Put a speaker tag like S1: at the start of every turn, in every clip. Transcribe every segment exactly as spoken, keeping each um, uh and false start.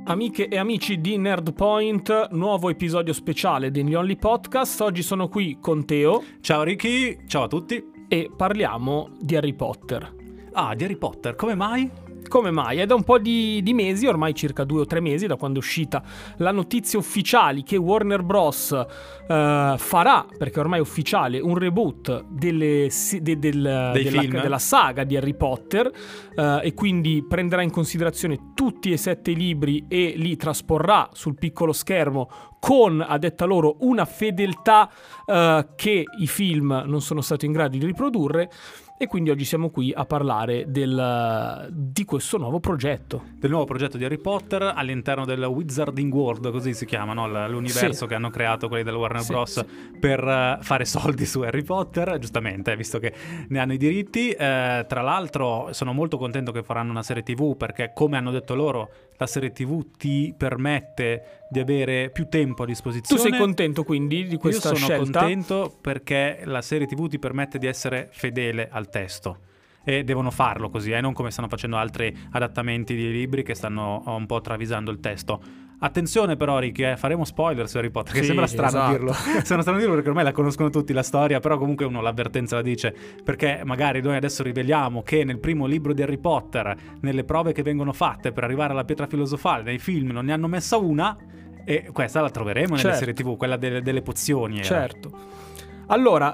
S1: Amiche e amici di Nerdpoint, nuovo episodio speciale degli Only Podcast. Oggi sono qui con Teo.
S2: Ciao Ricky, ciao a tutti.
S1: E parliamo di Harry Potter.
S2: Ah, di Harry Potter, come mai?
S1: Come mai? È da un po' di, di mesi, ormai circa due o tre mesi, da quando è uscita la notizia ufficiale che Warner Bros. Uh, farà, perché ormai è ufficiale, un reboot delle, de, del, della, della saga di Harry Potter uh, e quindi prenderà in considerazione tutti e sette libri e li trasporrà sul piccolo schermo con, a detta loro, una fedeltà uh, che i film non sono stati in grado di riprodurre. E quindi oggi siamo qui a parlare del, di questo nuovo progetto.
S2: Del nuovo progetto di Harry Potter all'interno del Wizarding World, così si chiama, no? L'universo sì. che hanno creato quelli del Warner sì, Bros. Sì. Per fare soldi su Harry Potter, giustamente, visto che ne hanno i diritti. Eh, tra l'altro sono molto contento che faranno una serie tivù, perché come hanno detto loro, la serie tivù ti permette di avere più tempo a disposizione.
S1: Tu sei contento quindi di questa scelta?
S2: Io sono scelta? contento perché la serie tivù ti permette di essere fedele al testo e devono farlo così, eh? Non come stanno facendo altri adattamenti di libri che stanno un po' travisando il testo. Attenzione però Ricky, eh, faremo spoiler su Harry Potter, che sì, sembra strano esatto. dirlo sembra strano dirlo perché ormai la conoscono tutti la storia, però comunque uno l'avvertenza la dice, perché magari noi adesso riveliamo che nel primo libro di Harry Potter, nelle prove che vengono fatte per arrivare alla pietra filosofale, nei film non ne hanno messa una, e questa la troveremo nelle certo. serie tivù, quella delle, delle pozioni.
S1: Certo. Allora,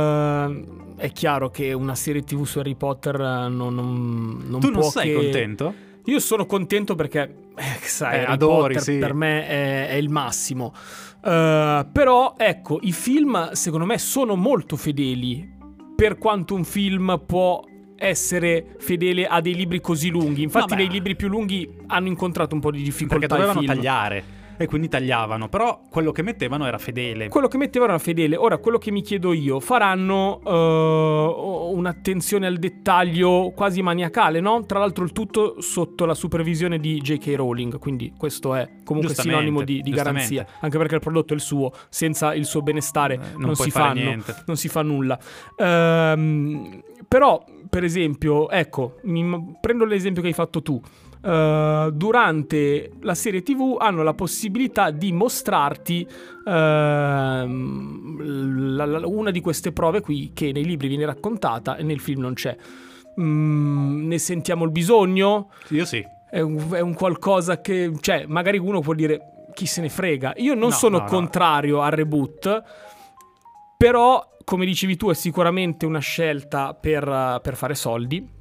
S1: eh, è chiaro che una serie tivù su Harry Potter non, non, non
S2: tu
S1: può
S2: non sei
S1: che...
S2: contento?
S1: Io sono contento perché, eh, sai, eh, Harry
S2: adori,
S1: Potter
S2: sì.
S1: per me è, è il massimo. Uh, però, ecco, i film secondo me sono molto fedeli, per quanto un film può essere fedele a dei libri così lunghi. Infatti Vabbè. nei libri più lunghi hanno incontrato un po' di difficoltà.
S2: Perché dovevano
S1: i film.
S2: tagliare. E quindi tagliavano, però quello che mettevano era fedele.
S1: Quello che mettevano era fedele. Ora, quello che mi chiedo io, faranno uh, un'attenzione al dettaglio quasi maniacale, no? Tra l'altro il tutto sotto la supervisione di J K Rowling, quindi questo è comunque sinonimo di, di garanzia, anche perché il prodotto è il suo, senza il suo benestare eh, non, non, si fanno, non si fa nulla. Ehm, però, per esempio, ecco, mi, prendo l'esempio che hai fatto tu. Uh, durante la serie tivù hanno la possibilità di mostrarti uh, la, la, una di queste prove qui che nei libri viene raccontata e nel film non c'è. Mm, ne sentiamo il bisogno?
S2: Io sì.
S1: È un, è un qualcosa che, cioè, magari uno può dire chi se ne frega. Io non
S2: no,
S1: sono
S2: no,
S1: contrario no. al reboot, però come dicevi tu è sicuramente una scelta per, per fare soldi.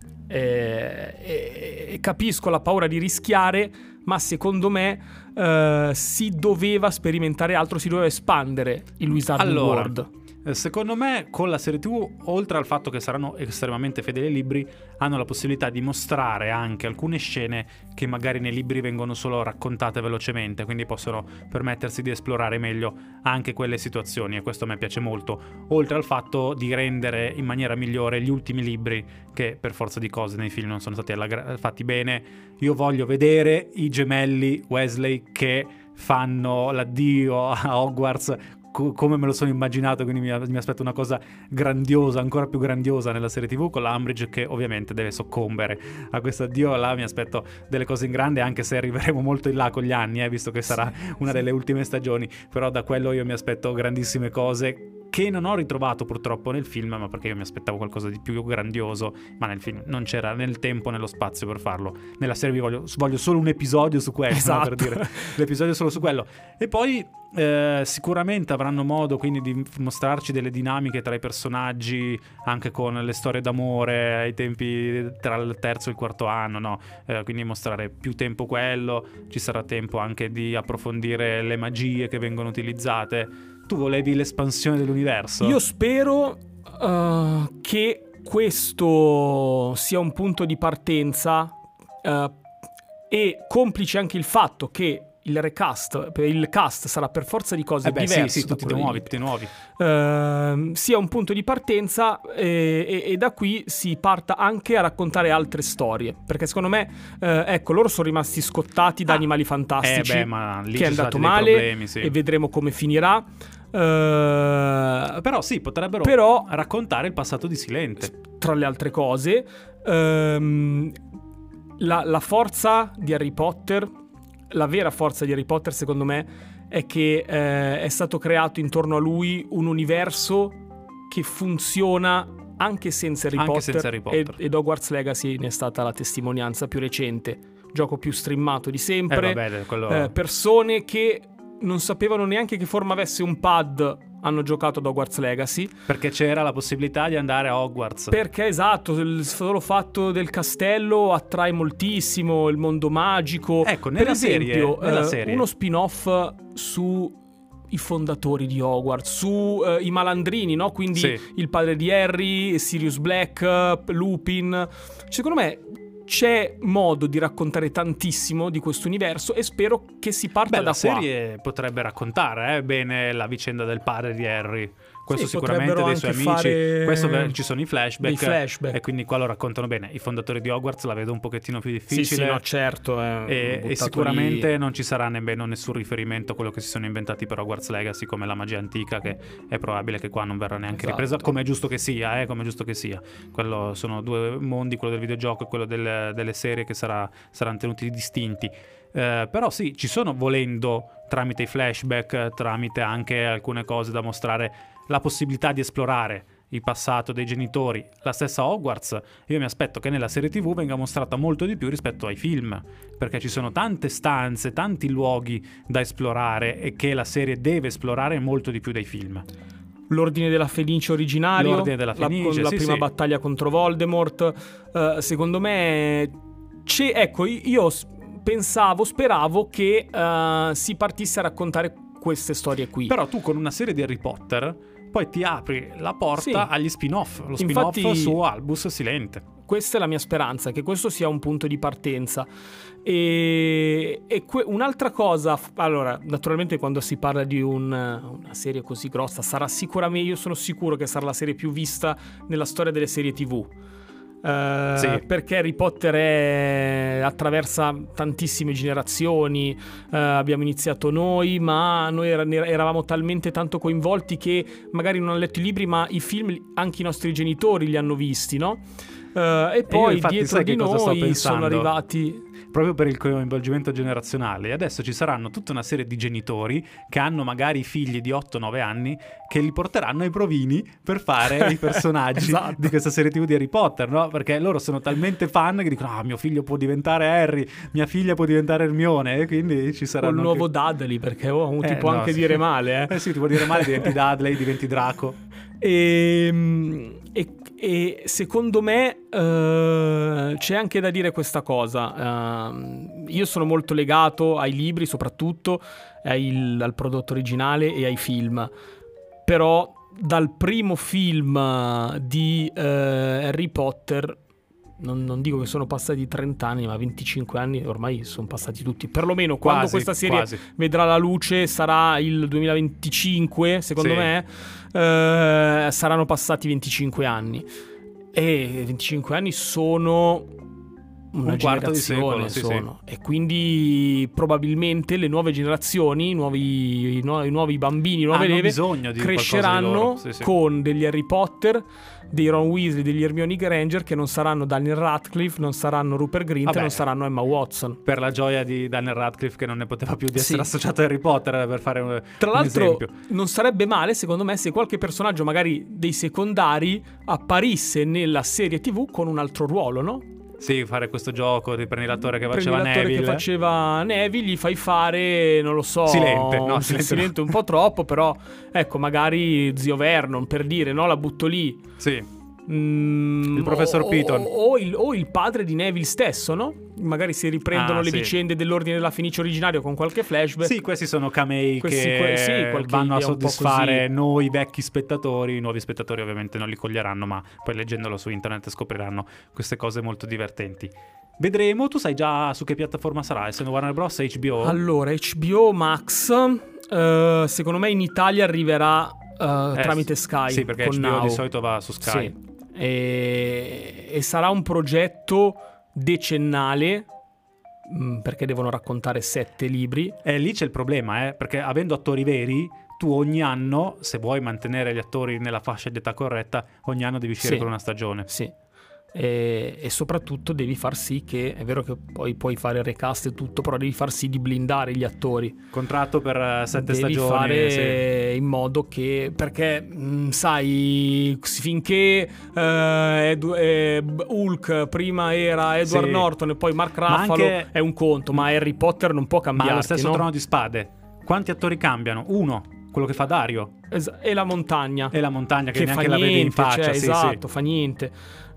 S1: E, e, e capisco la paura di rischiare, ma secondo me uh, si doveva sperimentare altro, si doveva espandere il Wizarding
S2: allora,
S1: World.
S2: Secondo me con la serie tivù, oltre al fatto che saranno estremamente fedeli ai libri, hanno la possibilità di mostrare anche alcune scene che magari nei libri vengono solo raccontate velocemente, quindi possono permettersi di esplorare meglio anche quelle situazioni, e questo a me piace molto, oltre al fatto di rendere in maniera migliore gli ultimi libri, che per forza di cose nei film non sono stati alla- fatti bene. Io voglio vedere i gemelli Weasley che fanno l'addio a Hogwarts come me lo sono immaginato, quindi mi, mi aspetto una cosa grandiosa, ancora più grandiosa nella serie tivù, con la Umbridge che ovviamente deve soccombere a questo addio. Là mi aspetto delle cose in grande, anche se arriveremo molto in là con gli anni, eh, visto che sarà sì, una sì. delle ultime stagioni, però da quello io mi aspetto grandissime cose che non ho ritrovato purtroppo nel film, ma perché io mi aspettavo qualcosa di più grandioso, ma nel film non c'era né il tempo né lo spazio per farlo. Nella serie vi voglio, voglio solo un episodio su questo,
S1: esatto.
S2: no, per dire l'episodio solo su quello. E poi eh, sicuramente avranno modo quindi di mostrarci delle dinamiche tra i personaggi, anche con le storie d'amore ai tempi tra il terzo e il quarto anno, no? Eh, quindi mostrare più tempo quello, ci sarà tempo anche di approfondire le magie che vengono utilizzate. Tu volevi l'espansione dell'universo?
S1: Io spero uh, che questo sia un punto di partenza uh, e complice anche il fatto che il recast, il cast sarà per forza di cose
S2: eh beh,
S1: diverso,
S2: sì, sì, tutti nuovi, tutti nuovi.
S1: Uh, sia un punto di partenza e, e, e da qui si parta anche a raccontare altre storie, perché secondo me uh, ecco, loro sono rimasti scottati da ah, Animali Fantastici,
S2: eh beh, ma lì
S1: che è andato male
S2: problemi, sì.
S1: e vedremo come finirà. Uh,
S2: però sì, potrebbero
S1: però,
S2: raccontare il passato di Silente,
S1: tra le altre cose. um, la, la forza di Harry Potter la vera forza di Harry Potter, secondo me, è che eh, è stato creato intorno a lui un universo che funziona anche senza Harry,
S2: anche
S1: Potter,
S2: senza Harry Potter.
S1: E, ed Hogwarts Legacy ne è stata la testimonianza più recente. Gioco più streamato di sempre,
S2: eh, vabbè, quello...
S1: eh, persone che non sapevano neanche che forma avesse un pad hanno giocato ad Hogwarts Legacy,
S2: perché c'era la possibilità di andare a Hogwarts,
S1: perché esatto, il solo fatto del castello attrae moltissimo, il mondo magico.
S2: Ecco, nella
S1: per esempio
S2: serie, nella
S1: eh,
S2: serie.
S1: uno spin-off su i fondatori di Hogwarts, su eh, i malandrini, no? Quindi
S2: sì.
S1: il padre di Harry, Sirius Black, Lupin. Secondo me c'è modo di raccontare tantissimo di questo universo e spero che si parta
S2: Beh,
S1: da
S2: la
S1: qua.
S2: La serie potrebbe raccontare eh, bene la vicenda del padre di Harry. Questo
S1: sì,
S2: sicuramente dei suoi amici. Questo beh, ci sono i flashback,
S1: flashback
S2: e quindi qua lo raccontano bene. I fondatori di Hogwarts la vedo un pochettino più difficile.
S1: Sì, sì, no, certo.
S2: E, e sicuramente lì... non ci sarà nemmeno nessun riferimento a quello che si sono inventati per Hogwarts Legacy, come la magia antica, che è probabile che qua non verrà neanche esatto. ripresa, come è giusto che sia, eh, come è giusto che sia. Quello sono due mondi, quello del videogioco e quello del, delle serie, che sarà, saranno tenuti distinti. Uh, però sì, ci sono, volendo, tramite i flashback, tramite anche alcune cose da mostrare, la possibilità di esplorare il passato dei genitori. La stessa Hogwarts, io mi aspetto che nella serie tivù venga mostrata molto di più rispetto ai film, perché ci sono tante stanze, tanti luoghi da esplorare, e che la serie deve esplorare molto di più dei film.
S1: L'Ordine della Fenice originario,
S2: L'Ordine della Fenice,
S1: la, con la
S2: sì,
S1: prima
S2: sì.
S1: battaglia contro Voldemort, uh, secondo me c'è, ecco, io pensavo, speravo che uh, si partisse a raccontare queste storie qui.
S2: Però tu con una serie di Harry Potter poi ti apri la porta sì. agli spin-off, lo spin-off Infatti, su Albus Silente. Questa
S1: è la mia speranza, che questo sia un punto di partenza. E, e que- un'altra cosa, allora, naturalmente quando si parla di un, una serie così grossa, sarà sicuramente, io sono sicuro che sarà la serie più vista nella storia delle serie tivù. Uh, sì. Perché Harry Potter è, attraversa tantissime generazioni. Uh, abbiamo iniziato noi, ma noi era, eravamo talmente tanto coinvolti che magari non hanno letto i libri, ma i film anche i nostri genitori li hanno visti, no? Uh, e poi e infatti, dietro di noi sono arrivati,
S2: proprio per il coinvolgimento generazionale, adesso ci saranno tutta una serie di genitori che hanno magari figli di otto nove anni che li porteranno ai provini per fare i personaggi esatto. di questa serie tivù di Harry Potter, no? Perché loro sono talmente fan che dicono ah, mio figlio può diventare Harry, mia figlia può diventare Hermione, e quindi ci saranno
S1: il nuovo
S2: anche...
S1: Dudley, perché oh, ti
S2: eh,
S1: può
S2: no,
S1: anche
S2: sì.
S1: dire male eh.
S2: eh sì, ti può dire male, diventi Dudley, diventi Draco.
S1: E, e, e secondo me uh, c'è anche da dire questa cosa. Uh, io sono molto legato ai libri, soprattutto ai, al prodotto originale e ai film. Però dal primo film di uh, Harry Potter, non, non dico che sono passati trenta anni, ma venticinque anni ormai sono passati tutti. Perlomeno quasi, quando questa serie quasi. vedrà la luce sarà il duemilaventicinque, secondo sì. me, eh, saranno passati venticinque anni. E venticinque anni sono una
S2: un quarto
S1: generazione,
S2: di secolo,
S1: sono.
S2: Sì, sì.
S1: E quindi probabilmente le nuove generazioni, i nuovi, i nuovi, i nuovi bambini, nuove
S2: hanno
S1: leve
S2: bisogno di
S1: cresceranno
S2: di sì, sì.
S1: con degli Harry Potter, dei Ron Weasley, degli Hermione Granger, che non saranno Daniel Radcliffe, non saranno Rupert Grint, Vabbè, non saranno Emma Watson.
S2: Per la gioia di Daniel Radcliffe, che non ne poteva più di essere
S1: sì.
S2: associato a Harry Potter, per fare un,
S1: Tra
S2: un
S1: l'altro
S2: esempio.
S1: Non sarebbe male, secondo me, se qualche personaggio magari dei secondari apparisse nella serie tivù con un altro ruolo, no?
S2: Sì, fare questo gioco, ti prendi l'attore che faceva
S1: prendi l'attore
S2: Neville.
S1: che faceva Neville, gli fai fare, non lo so,
S2: Silente, no,
S1: un
S2: silente,
S1: silente
S2: no.
S1: un po' troppo, però ecco, magari zio Vernon, per dire, no? La butto lì.
S2: Sì.
S1: Mm,
S2: il professor
S1: o,
S2: Piton.
S1: O, o, il, o il padre di Neville stesso, no? Magari si riprendono
S2: ah,
S1: le
S2: sì.
S1: vicende dell'Ordine della Fenice originario con qualche flashback.
S2: Sì, questi sono camei
S1: questi,
S2: che
S1: que- sì,
S2: vanno a soddisfare noi vecchi spettatori. I nuovi spettatori ovviamente non li coglieranno, ma poi leggendolo su internet scopriranno queste cose molto divertenti. Vedremo. Tu sai già su che piattaforma sarà? Essendo Warner Bros. H B O?
S1: Allora, H B O Max, uh, secondo me in Italia arriverà uh, eh, tramite Sky.
S2: Sì, perché
S1: con
S2: H B O
S1: Now.
S2: di solito va su Sky.
S1: Sì. E, e sarà un progetto decennale, mh, perché devono raccontare sette libri.
S2: E lì c'è il problema, eh, perché avendo attori veri, tu ogni anno, se vuoi mantenere gli attori nella fascia di età corretta, ogni anno devi uscire
S1: sì.
S2: con una stagione.
S1: Sì. E, e soprattutto devi far sì che, è vero che poi puoi fare recast e tutto, però devi far sì di blindare gli attori.
S2: Contratto per uh, sette
S1: devi
S2: stagioni.
S1: Fare
S2: sì.
S1: in modo che, perché mh, sai, finché uh, Edu, eh, Hulk prima era Edward
S2: sì.
S1: Norton e poi Mark Ruffalo, anche... è un conto, ma Harry Potter non può cambiare.
S2: Ma lo stesso
S1: no?
S2: Trono di Spade, quanti attori cambiano? Uno, quello che fa Dario.
S1: Es- e la montagna.
S2: E la montagna che, che neanche
S1: fa
S2: la
S1: niente,
S2: vedi in faccia.
S1: cioè,
S2: sì,
S1: esatto,
S2: sì.
S1: fa niente.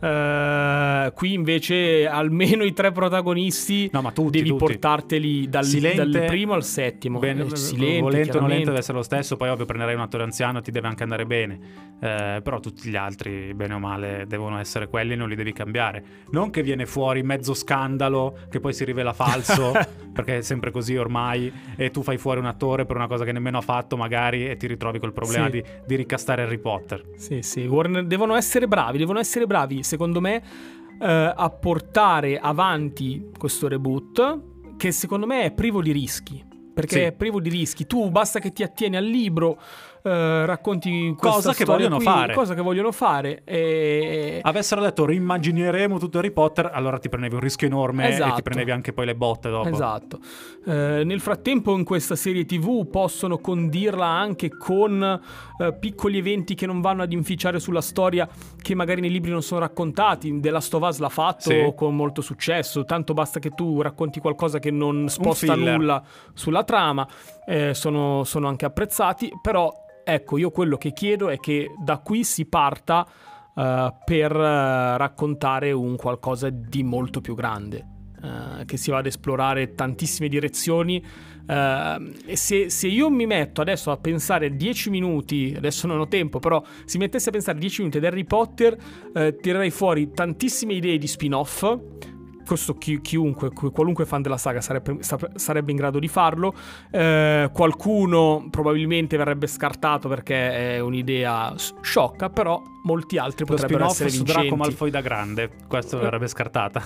S1: Uh, qui invece almeno i tre protagonisti
S2: no, ma tutti,
S1: devi
S2: tutti.
S1: portarteli dal,
S2: Silente,
S1: dal primo al settimo.
S2: Ben,
S1: eh, Silente,
S2: volente o nolente deve essere lo stesso. Poi ovvio prenderai un attore anziano, ti deve anche andare bene, eh, però tutti gli altri bene o male devono essere quelli e non li devi cambiare. Non che viene fuori mezzo scandalo che poi si rivela falso perché è sempre così ormai, e tu fai fuori un attore per una cosa che nemmeno ha fatto magari e ti ritrovi col problema sì. di, di ricastare Harry Potter.
S1: Sì sì, Warner devono essere bravi, devono essere bravi secondo me eh, a portare avanti questo reboot, che secondo me è privo di rischi, perché
S2: sì.
S1: è privo di rischi. Tu basta che ti attieni al libro, eh, racconti questa
S2: cosa che
S1: storia
S2: vogliono
S1: qui,
S2: fare
S1: cosa che vogliono fare e...
S2: avessero detto rimmagineremo tutto Harry Potter, allora ti prendevi un rischio enorme
S1: esatto.
S2: e ti prendevi anche poi le botte dopo.
S1: Esatto. Eh, nel frattempo in questa serie tivù possono condirla anche con eh, piccoli eventi che non vanno ad inficiare sulla storia, che magari nei libri non sono raccontati. The Last of Us l'ha fatto sì. con molto successo, tanto basta che tu racconti qualcosa che non sposta nulla sulla trama, eh, sono, sono anche apprezzati. Però ecco, io quello che chiedo è che da qui si parta uh, per uh, raccontare un qualcosa di molto più grande, uh, che si va ad esplorare tantissime direzioni. Uh, e se, se io mi metto adesso a pensare dieci minuti, adesso non ho tempo, però se mi mettessi a pensare dieci minuti ad Harry Potter, uh, tirerei fuori tantissime idee di spin-off. Questo chi, chiunque, qualunque fan della saga sarebbe, sarebbe in grado di farlo. Eh, qualcuno probabilmente verrebbe scartato perché è un'idea sciocca, però molti altri
S2: Lo
S1: potrebbero essere
S2: vincenti. Lo spin-off su Draco Malfoy da grande, questo eh. verrebbe scartata.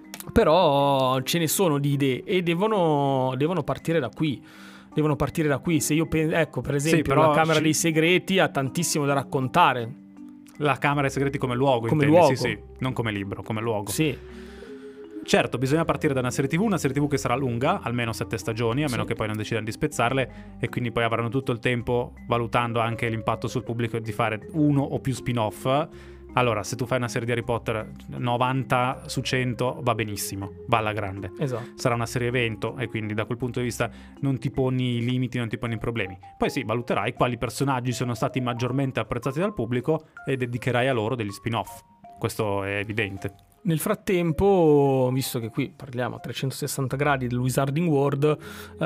S1: Però ce ne sono di idee e devono, devono partire da qui. Devono partire da qui. Se io penso, ecco, per esempio, sì, però la Camera ci... dei Segreti ha tantissimo da raccontare.
S2: La Camera dei Segreti come luogo,
S1: come
S2: intendi?
S1: luogo.
S2: Sì, sì, non come libro, come luogo.
S1: Sì.
S2: Certo, bisogna partire da una serie tivù, una serie tivù che sarà lunga, almeno sette stagioni, a meno
S1: sì.
S2: che poi non decidano di spezzarle, e quindi poi avranno tutto il tempo, valutando anche l'impatto sul pubblico, di fare uno o più spin-off. Allora, se tu fai una serie di Harry Potter, novanta su cento va benissimo, va alla grande.
S1: Esatto.
S2: Sarà una serie evento e quindi da quel punto di vista non ti poni limiti, non ti poni problemi. Poi sì, valuterai quali personaggi sono stati maggiormente apprezzati dal pubblico e dedicherai a loro degli spin-off. Questo è evidente.
S1: Nel frattempo, visto che qui parliamo a trecentosessanta gradi del Wizarding World,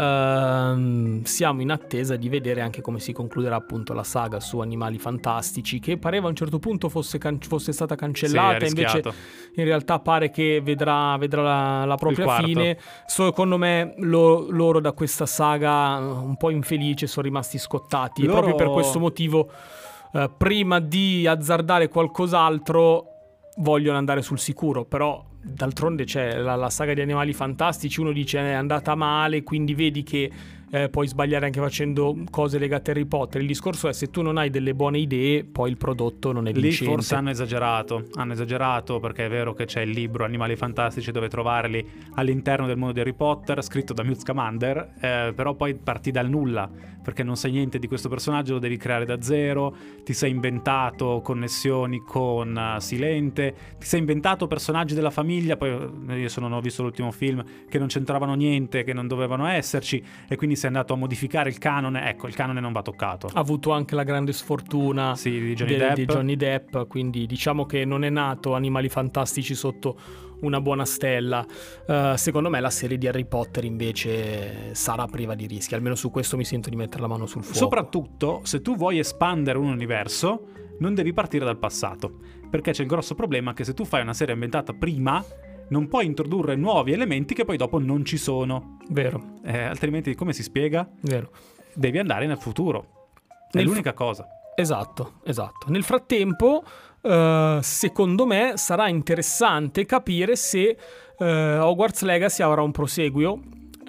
S1: ehm, siamo in attesa di vedere anche come si concluderà appunto la saga su Animali Fantastici, che pareva a un certo punto fosse, can- fosse stata cancellata,
S2: sì,
S1: invece in realtà pare che vedrà, vedrà la, la propria fine. Secondo me lo, loro da questa saga un po' infelice sono rimasti scottati, loro... e proprio per questo motivo eh, prima di azzardare qualcos'altro vogliono andare sul sicuro. Però d'altronde c'è la, la saga di Animali Fantastici, uno dice è andata male, quindi vedi che eh, puoi sbagliare anche facendo cose legate a Harry Potter. Il discorso è, se tu non hai delle buone idee, poi il prodotto non è vincente.
S2: Lì forse hanno esagerato, hanno esagerato perché è vero che c'è il libro Animali Fantastici dove trovarli all'interno del mondo di Harry Potter, scritto da Newt Scamander, eh, però poi parti dal nulla, perché non sai niente di questo personaggio, lo devi creare da zero, ti sei inventato connessioni con uh, Silente, ti sei inventato personaggi della famiglia, poi io sono, non ho visto l'ultimo film, che non c'entravano niente, che non dovevano esserci, e quindi sei andato a modificare il canone. Ecco, il canone non va toccato.
S1: Ha avuto anche la grande sfortuna
S2: sì, di, Johnny
S1: de-
S2: Depp.
S1: di Johnny Depp, quindi diciamo che non è nato Animali Fantastici sotto una buona stella. Uh, secondo me la serie di Harry Potter invece sarà priva di rischi, almeno su questo mi sento di mettere la mano sul fuoco.
S2: Soprattutto se tu vuoi espandere un universo, non devi partire dal passato, perché c'è il grosso problema che se tu fai una serie ambientata prima non puoi introdurre nuovi elementi che poi dopo non ci sono.
S1: Vero.
S2: Eh, altrimenti come si spiega?
S1: Vero. Devi
S2: andare nel futuro. È nel l'unica f- cosa.
S1: Esatto, esatto. Nel frattempo, uh, secondo me, sarà interessante capire se uh, Hogwarts Legacy avrà un proseguio.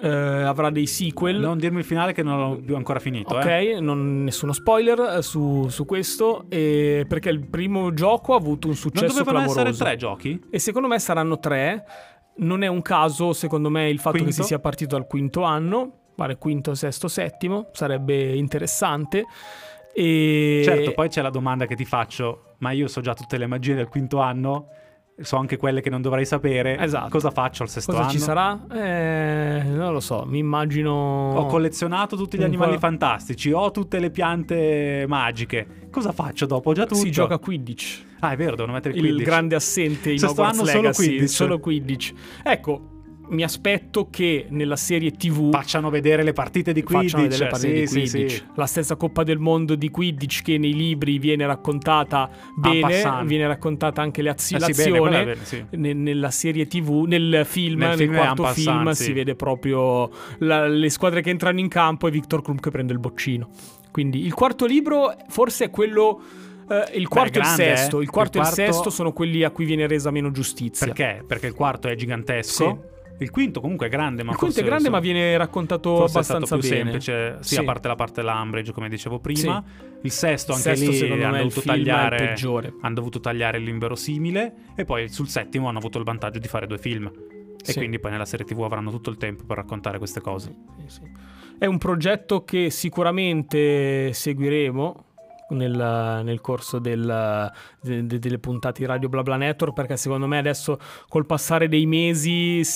S1: eh, avrà dei sequel.
S2: Non dirmi il finale che non l'ho più ancora finito.
S1: Ok,
S2: eh.
S1: non, nessuno spoiler su, su questo, eh, perché il primo gioco ha avuto un successo
S2: Non dovevano
S1: clamoroso.
S2: essere tre giochi?
S1: E secondo me saranno tre. Non è un caso, secondo me, il fatto
S2: Quinto?
S1: che si sia partito dal quinto anno. Pare quinto, sesto, settimo. Sarebbe interessante. E...
S2: Certo, poi c'è la domanda che ti faccio, ma io so già tutte le magie del quinto anno, so anche quelle che non dovrei sapere.
S1: Esatto.
S2: Cosa faccio al sesto
S1: Cosa
S2: anno?
S1: ci sarà? Eh, non lo so, mi immagino...
S2: Ho collezionato tutti gli
S1: Un
S2: animali
S1: po'...
S2: fantastici, ho tutte le piante magiche. Cosa faccio dopo? Ho già tutto.
S1: Si gioca a Quidditch.
S2: Ah, è vero, devono mettere il Quidditch.
S1: Il grande assente in
S2: Sesto
S1: Hogwarts
S2: anno solo
S1: Legacy,
S2: Quidditch.
S1: solo Quidditch. Ecco, mi aspetto che nella serie tivù
S2: facciano vedere le partite di Quidditch.
S1: facciano vedere le partite
S2: sì,
S1: di Quidditch.
S2: Sì, sì.
S1: La stessa Coppa del Mondo di Quidditch che nei libri viene raccontata bene,
S2: passant.
S1: viene raccontata anche le azio-
S2: Eh sì,
S1: l'azione.
S2: bene, quella è bene, sì.
S1: Ne- nella serie tivù, nel film,
S2: Nel
S1: nel,
S2: film è
S1: quarto
S2: en
S1: film
S2: passant,
S1: si
S2: sì.
S1: vede proprio la- le squadre che entrano in campo e Victor Krum che prende il boccino. Quindi il quarto libro forse è quello... Uh, il quarto
S2: Beh, grande,
S1: e il sesto,
S2: eh?
S1: il quarto
S2: Il
S1: e il
S2: quarto-
S1: sesto sono quelli a cui viene resa meno giustizia.
S2: Perché? Perché il quarto è gigantesco. Il quinto comunque è grande, ma
S1: Il quinto è
S2: forse
S1: grande,
S2: so-
S1: ma viene raccontato
S2: forse
S1: abbastanza
S2: è stato più
S1: bene.
S2: semplice, sì,
S1: Sì.
S2: a parte la parte Lambridge, come dicevo prima. Il sesto
S1: Il
S2: anche
S1: sesto,
S2: lì
S1: secondo
S2: hanno
S1: me, il
S2: dovuto
S1: film è il
S2: tagliare
S1: peggiore.
S2: hanno dovuto tagliare l'inverosimile e poi sul settimo hanno avuto il vantaggio di fare due film. E
S1: Sì.
S2: quindi poi nella serie tivù avranno tutto il tempo per raccontare queste cose.
S1: Sì, sì. È un progetto che sicuramente seguiremo nel, nel corso del, de, de, delle puntate di Radio BlaBla Network, perché secondo me adesso col passare dei mesi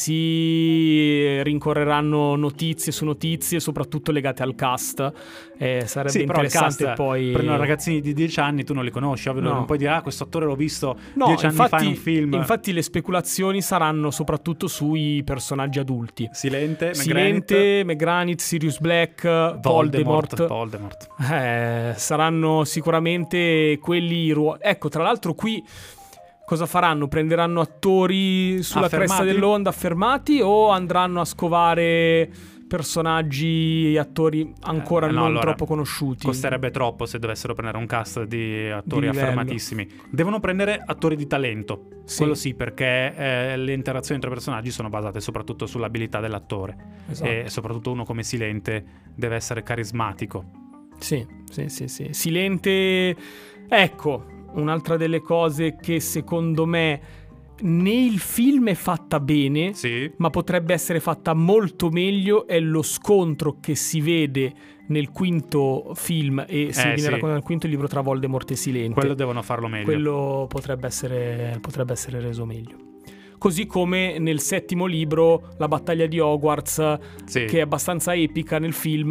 S1: si rincorreranno notizie su notizie, soprattutto legate al cast. Eh, sarebbe
S2: Sì, però il
S1: interessante
S2: cast
S1: poi...
S2: prendono ragazzini di dieci anni, tu non li conosci, ovvio,
S1: No.
S2: non puoi dire ah, questo attore l'ho visto
S1: No,
S2: dieci anni
S1: infatti,
S2: fa in un film.
S1: infatti le speculazioni saranno soprattutto sui personaggi adulti.
S2: Silente,
S1: Silente, McGranit, Sirius Black, Voldemort.
S2: Voldemort.
S1: Eh, saranno sicuramente quelli i ruoli. Ecco, tra l'altro qui cosa faranno? Prenderanno attori sulla
S2: Affermati?
S1: cresta dell'onda affermati o andranno a scovare personaggi, attori ancora
S2: Eh, no,
S1: non
S2: allora,
S1: troppo conosciuti?
S2: Costerebbe troppo se dovessero prendere un cast di attori
S1: Di livello.
S2: affermatissimi. Devono prendere attori di talento.
S1: Sì.
S2: Quello sì, perché eh, le interazioni tra i personaggi sono basate soprattutto sull'abilità dell'attore.
S1: Esatto.
S2: E soprattutto uno come Silente deve essere carismatico.
S1: Sì, sì, sì, sì. Silente. Ecco, un'altra delle cose che secondo me nel film è fatta bene,
S2: Sì.
S1: ma potrebbe essere fatta molto meglio, è lo scontro che si vede nel quinto film e si
S2: Eh,
S1: viene
S2: sì.
S1: raccontato nel quinto libro tra Voldemort e Silente.
S2: Quello devono farlo meglio.
S1: Quello potrebbe essere, potrebbe essere reso meglio. Così come nel settimo libro la battaglia di Hogwarts,
S2: Sì.
S1: che è abbastanza epica nel film,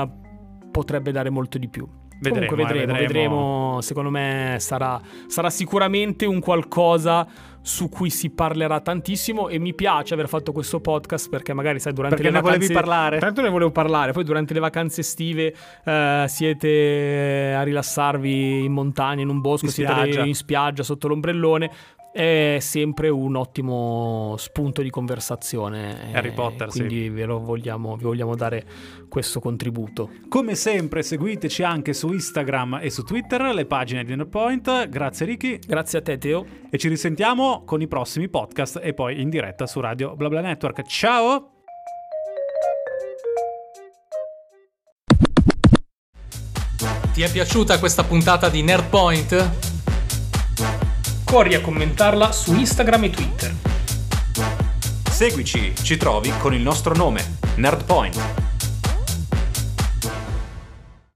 S1: potrebbe dare molto di più.
S2: Vedremo,
S1: Comunque vedremo,
S2: eh, vedremo.
S1: vedremo. Secondo me sarà, sarà sicuramente un qualcosa su cui si parlerà tantissimo e mi piace aver fatto questo podcast perché magari sai durante
S2: Perché
S1: le
S2: ne
S1: vacanze
S2: volevi parlare?
S1: tanto ne volevo parlare, poi durante le vacanze estive eh, siete a rilassarvi in montagna, in un bosco,
S2: In
S1: siete
S2: spiaggia.
S1: in spiaggia sotto l'ombrellone. È sempre un ottimo spunto di conversazione.
S2: Harry
S1: eh,
S2: Potter, sì.
S1: quindi ve lo vogliamo, vi vogliamo dare questo contributo.
S2: Come sempre seguiteci anche su Instagram e su Twitter, le pagine di Nerdpoint. Grazie Ricky
S1: Grazie a te, Teo.
S2: e ci risentiamo con i prossimi podcast e poi in diretta su Radio BlaBla Network. Ciao!
S3: Ti è piaciuta questa puntata di Nerdpoint?
S1: Corri a commentarla su Instagram e Twitter.
S4: Seguici, ci trovi con il nostro nome, Nerdpoint.